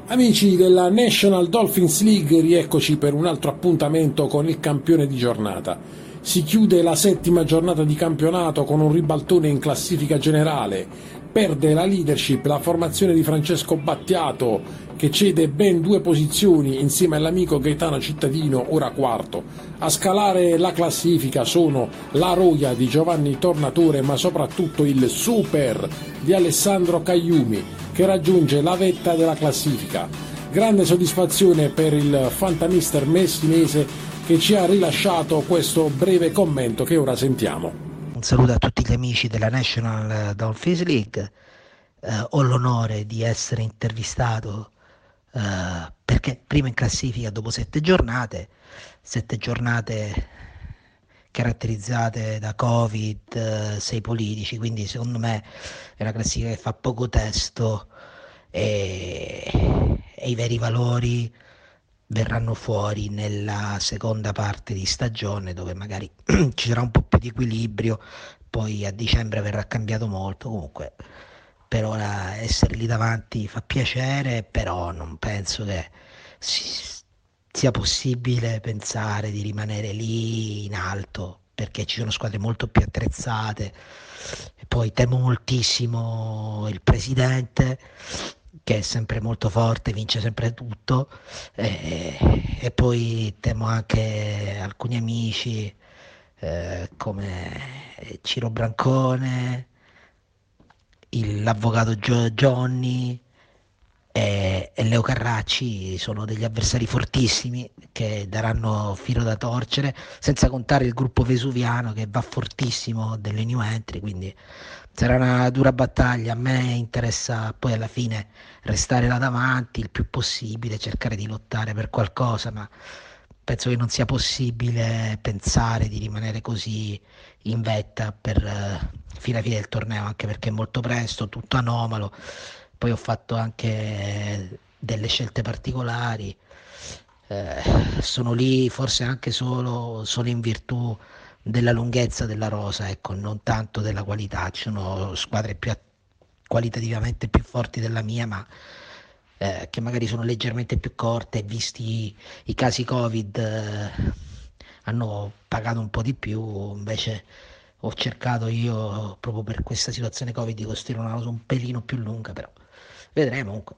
Amici della National Dolphins League, rieccoci per un altro appuntamento con il campione di giornata. Si chiude la 7ª giornata di campionato con un ribaltone in classifica generale. Perde la leadership la formazione di Francesco Battiato, che cede ben 2 posizioni insieme all'amico Gaetano Cittadino, ora quarto. A scalare la classifica sono la Roia di Giovanni Tornatore, ma soprattutto il Super di Alessandro Cagliumi, che raggiunge la vetta della classifica. Grande soddisfazione per il fantamister messinese, che ci ha rilasciato questo breve commento che ora sentiamo. Un saluto a tutti gli amici della National Dolphins League. Ho l'onore di essere intervistato perché prima in classifica dopo 7 giornate caratterizzate da Covid, 6 politici, quindi secondo me è una classifica che fa poco testo e i veri valori verranno fuori nella seconda parte di stagione, dove magari ci sarà un po' più di equilibrio, poi a dicembre verrà cambiato molto. Comunque per ora essere lì davanti fa piacere, però non penso che sia possibile pensare di rimanere lì in alto, perché ci sono squadre molto più attrezzate. E poi temo moltissimo il presidente, che è sempre molto forte, vince sempre tutto, e poi temo anche alcuni amici come Ciro Brancone, l'avvocato Johnny e Leo Carracci. Sono degli avversari fortissimi che daranno filo da torcere, senza contare il gruppo vesuviano che va fortissimo delle new entry, quindi sarà una dura battaglia. A me interessa poi alla fine restare là davanti il più possibile, cercare di lottare per qualcosa, ma penso che non sia possibile pensare di rimanere così in vetta fino alla fine del torneo, anche perché è molto presto, tutto anomalo. Poi ho fatto anche delle scelte particolari, sono lì forse anche solo in virtù della lunghezza della rosa, ecco, non tanto della qualità. Ci sono squadre qualitativamente più forti della mia, ma che magari sono leggermente più corte, visti i casi Covid, hanno pagato un po' di più. Invece ho cercato io, proprio per questa situazione Covid, di costruire una rosa un pelino più lunga, però vedremo. Comunque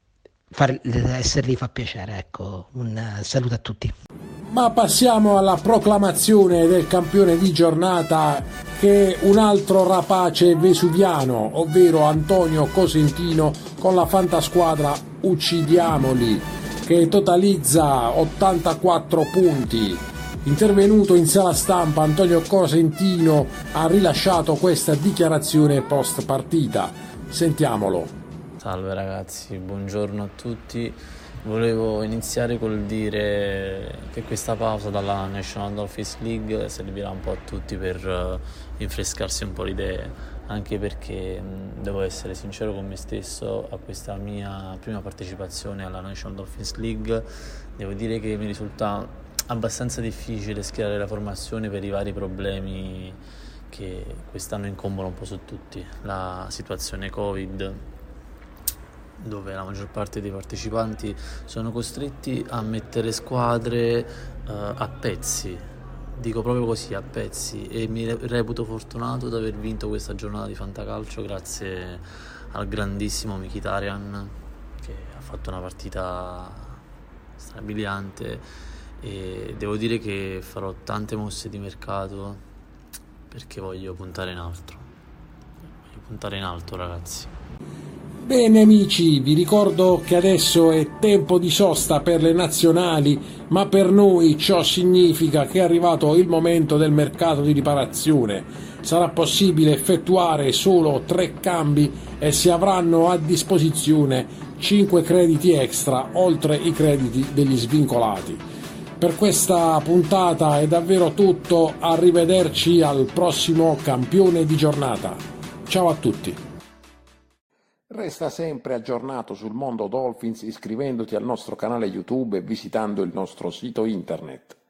essere lì fa piacere, ecco. Un saluto a tutti. Ma passiamo alla proclamazione del campione di giornata, che è un altro rapace vesuviano, ovvero Antonio Cosentino, con la fantasquadra Uccidiamoli, che totalizza 84 punti. Intervenuto in sala stampa, Antonio Cosentino ha rilasciato questa dichiarazione post partita. Sentiamolo. Salve ragazzi, buongiorno a tutti. Volevo iniziare col dire che questa pausa dalla National Dolphins League servirà un po' a tutti per rinfrescarsi un po' le idee, anche perché devo essere sincero con me stesso. A questa mia prima partecipazione alla National Dolphins League devo dire che mi risulta abbastanza difficile schierare la formazione per i vari problemi che quest'anno incombono un po' su tutti. La situazione Covid, dove la maggior parte dei partecipanti sono costretti a mettere squadre a pezzi, dico proprio così, a pezzi, e mi reputo fortunato ad aver vinto questa giornata di fantacalcio grazie al grandissimo Mkhitaryan, che ha fatto una partita strabiliante, e devo dire che farò tante mosse di mercato perché voglio puntare in alto, ragazzi. Bene amici, vi ricordo che adesso è tempo di sosta per le nazionali, ma per noi ciò significa che è arrivato il momento del mercato di riparazione. Sarà possibile effettuare solo 3 cambi e si avranno a disposizione 5 crediti extra, oltre i crediti degli svincolati. Per questa puntata è davvero tutto, arrivederci al prossimo campione di giornata. Ciao a tutti. Resta sempre aggiornato sul mondo Dolphins iscrivendoti al nostro canale YouTube e visitando il nostro sito internet.